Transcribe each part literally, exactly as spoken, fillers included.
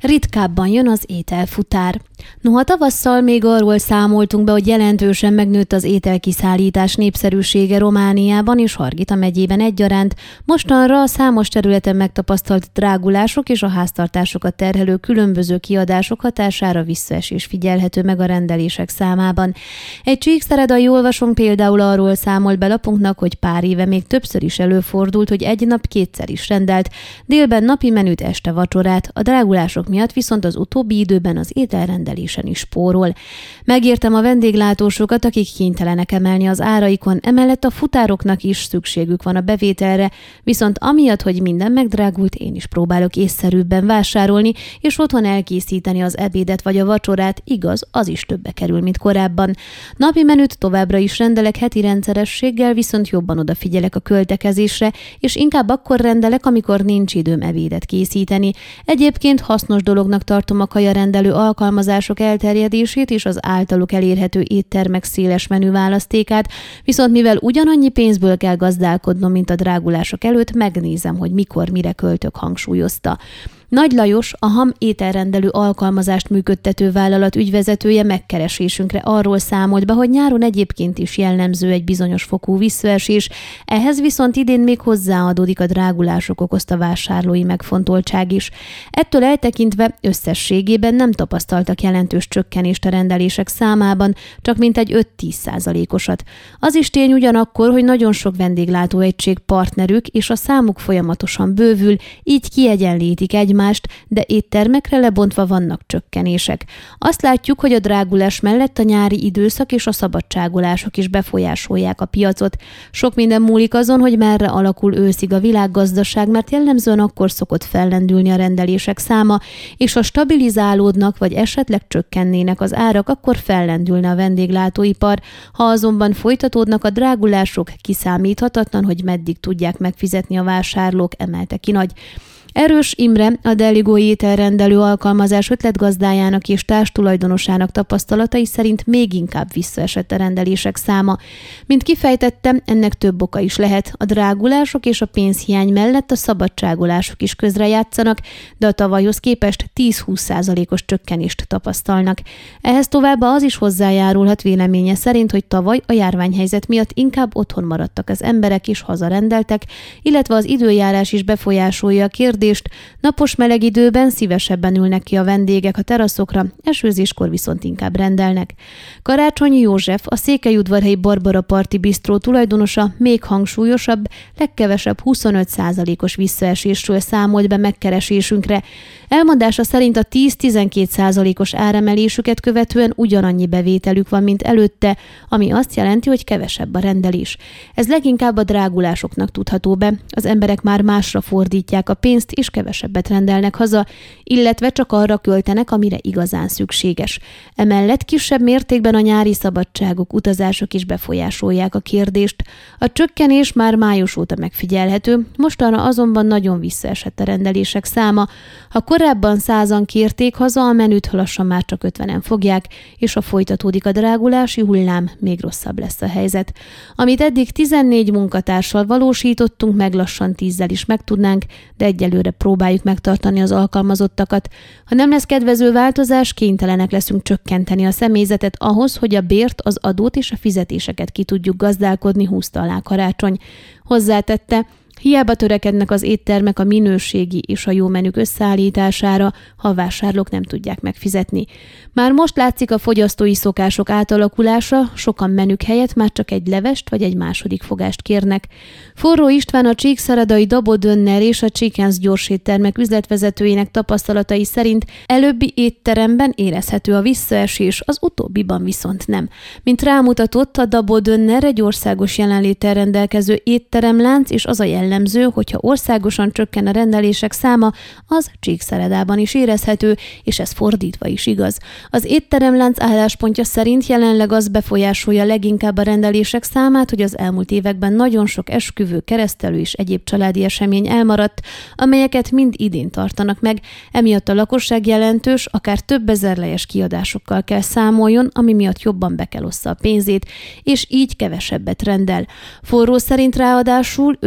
ritkábban jön az ételfutár. Noha tavasszal még arról számoltunk be, hogy jelentősen megnőtt az ételkiszállítás népszerűsége Romániában és Hargita megyében egyaránt, mostanra a számos területen megtapasztalt drágulások és a háztartásokat terhelő különböző kiadások hatására visszaesés figyelhető meg a rendelések számában. Egy csíkszeredai olvasónk például arról számolt be lapunknak, hogy pár éve még többször is előfordult, hogy egy nap kétszer is rendelt, délben napi menüt, este vacsorát, a drágulások miatt viszont az utóbbi időben az ételrendelésen is spórol. Megértem a vendéglátósokat, akik kénytelenek emelni az áraikon, emellett a futároknak is szükségük van a bevételre, viszont amiatt, hogy minden megdrágult, én is próbálok észszerűbben vásárolni, és otthon elkészíteni az ebédet vagy a vacsorát, igaz, az is többe kerül, mint korábban. Napi menüt továbbra is rendelek heti rendszerességgel, viszont jobban odafigyelek a költekezésre, és inkább akkor rendelek, amikor nincs időm ebédet készíteni. Egyébként hasznos dolognak tartom a kajarendelő alkalmazások elterjedését és az általuk elérhető éttermek széles menüválasztékát, viszont mivel ugyanannyi pénzből kell gazdálkodnom, mint a drágulások előtt, megnézem, hogy mikor mire költök, hangsúlyozta. Nagy Lajos, a ham ételrendelő alkalmazást működtető vállalat ügyvezetője megkeresésünkre arról számolt be, hogy nyáron egyébként is jellemző egy bizonyos fokú visszaesés, ehhez viszont idén még hozzáadódik a drágulások okozta vásárlói megfontoltság is. Ettől eltekintve összességében nem tapasztaltak jelentős csökkenést a rendelések számában, csak mintegy öt-tíz százalékosat. Az is tény ugyanakkor, hogy nagyon sok vendéglátóegység partnerük, és a számuk folyamatosan bővül, így kiegyenlítik egy mást, de éttermekre lebontva vannak csökkenések. Azt látjuk, hogy a drágulás mellett a nyári időszak és a szabadságolások is befolyásolják a piacot. Sok minden múlik azon, hogy merre alakul őszig a világgazdaság, mert jellemzően akkor szokott fellendülni a rendelések száma, és ha stabilizálódnak vagy esetleg csökkennének az árak, akkor fellendülne a vendéglátóipar. Ha azonban folytatódnak a drágulások, kiszámíthatatlan, hogy meddig tudják megfizetni a vásárlók, emelte ki Nagy. Erős Imre, a Deligo ételrendelő alkalmazás ötletgazdájának és társtulajdonosának tapasztalatai szerint még inkább visszaesett a rendelések száma. Mint kifejtettem, ennek több oka is lehet. A drágulások és a pénzhiány mellett a szabadságolások is közrejátszanak, de a tavalyhoz képest tíz-húsz százalékos csökkenést tapasztalnak. Ehhez továbbá az is hozzájárulhat véleménye szerint, hogy tavaly a járványhelyzet miatt inkább otthon maradtak az emberek és hazarendeltek, illetve az időjárás is befolyásolja a kérdést. Napos meleg időben szívesebben ülnek ki a vendégek a teraszokra, esőzéskor viszont inkább rendelnek. Karácsonyi József, a székelyudvarhelyi Barbara Parti Bistró tulajdonosa még hangsúlyosabb, legkevesebb huszonöt százalékos visszaesésről számolt be megkeresésünkre. Elmondása szerint a tíz-tizenkét százalékos áremelésüket követően ugyanannyi bevételük van, mint előtte, ami azt jelenti, hogy kevesebb a rendelés. Ez leginkább a drágulásoknak tudható be, az emberek már másra fordítják a pénzt, és kevesebbet rendelnek haza, illetve csak arra költenek, amire igazán szükséges. Emellett kisebb mértékben a nyári szabadságok, utazások is befolyásolják a kérdést. A csökkenés már május óta megfigyelhető, mostanra azonban nagyon visszaesett a rendelések száma. Ha korábban százan kérték haza a menüt, lassan már csak ötvenen fogják, és ha folytatódik a drágulási hullám, még rosszabb lesz a helyzet. Amit eddig tizennégy munkatársal valósítottunk, meg lassan tízzel is megtudnánk, de egyelőre próbáljuk megtartani az alkalmazottakat. Ha nem lesz kedvező változás, kénytelenek leszünk csökkenteni a személyzetet ahhoz, hogy a bért, az adót és a fizetéseket ki tudjuk gazdálkodni, húzta alá Karácsony. Hozzátette, hiába törekednek az éttermek a minőségi és a jó menük összeállítására, ha a vásárlók nem tudják megfizetni. Már most látszik a fogyasztói szokások átalakulása, sokan menük helyett már csak egy levest vagy egy második fogást kérnek. Forró István, a csíkszeredai Dabó Dönner és a Chickens gyorséttermek üzletvezetőjének tapasztalatai szerint előbbi étteremben érezhető a visszaesés, az utóbbiban viszont nem. Mint rámutatott, a Dabó Dönner egy országos jelenléttel rendelkező étteremlánc, és az a jellemző, hogyha országosan csökken a rendelések száma, az Csíkszeredában is érezhető, és ez fordítva is igaz. Az étteremlánc álláspontja szerint jelenleg az befolyásolja leginkább a rendelések számát, hogy az elmúlt években nagyon sok esküvő, keresztelő és egyéb családi esemény elmaradt, amelyeket mind idén tartanak meg, emiatt a lakosság jelentős, akár több ezerlejes kiadásokkal kell számoljon, ami miatt jobban be kell ossza a pénzét, és így kevesebbet rendel. Forró szerint ráadásul ősszel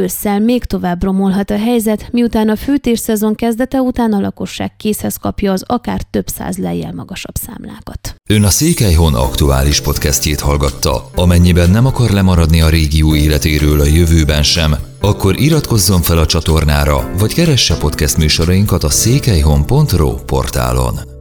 még tovább romolhat a helyzet, miután a fűtésszezon kezdete után a lakosság készhez kapja az akár több száz lejjel magasabb számlákat. Ön a Székelyhon aktuális podcastjét hallgatta. Amennyiben nem akar lemaradni a régió életéről a jövőben sem, akkor iratkozzon fel a csatornára, vagy keresse podcast műsorainkat a székelyhon pont ro portálon.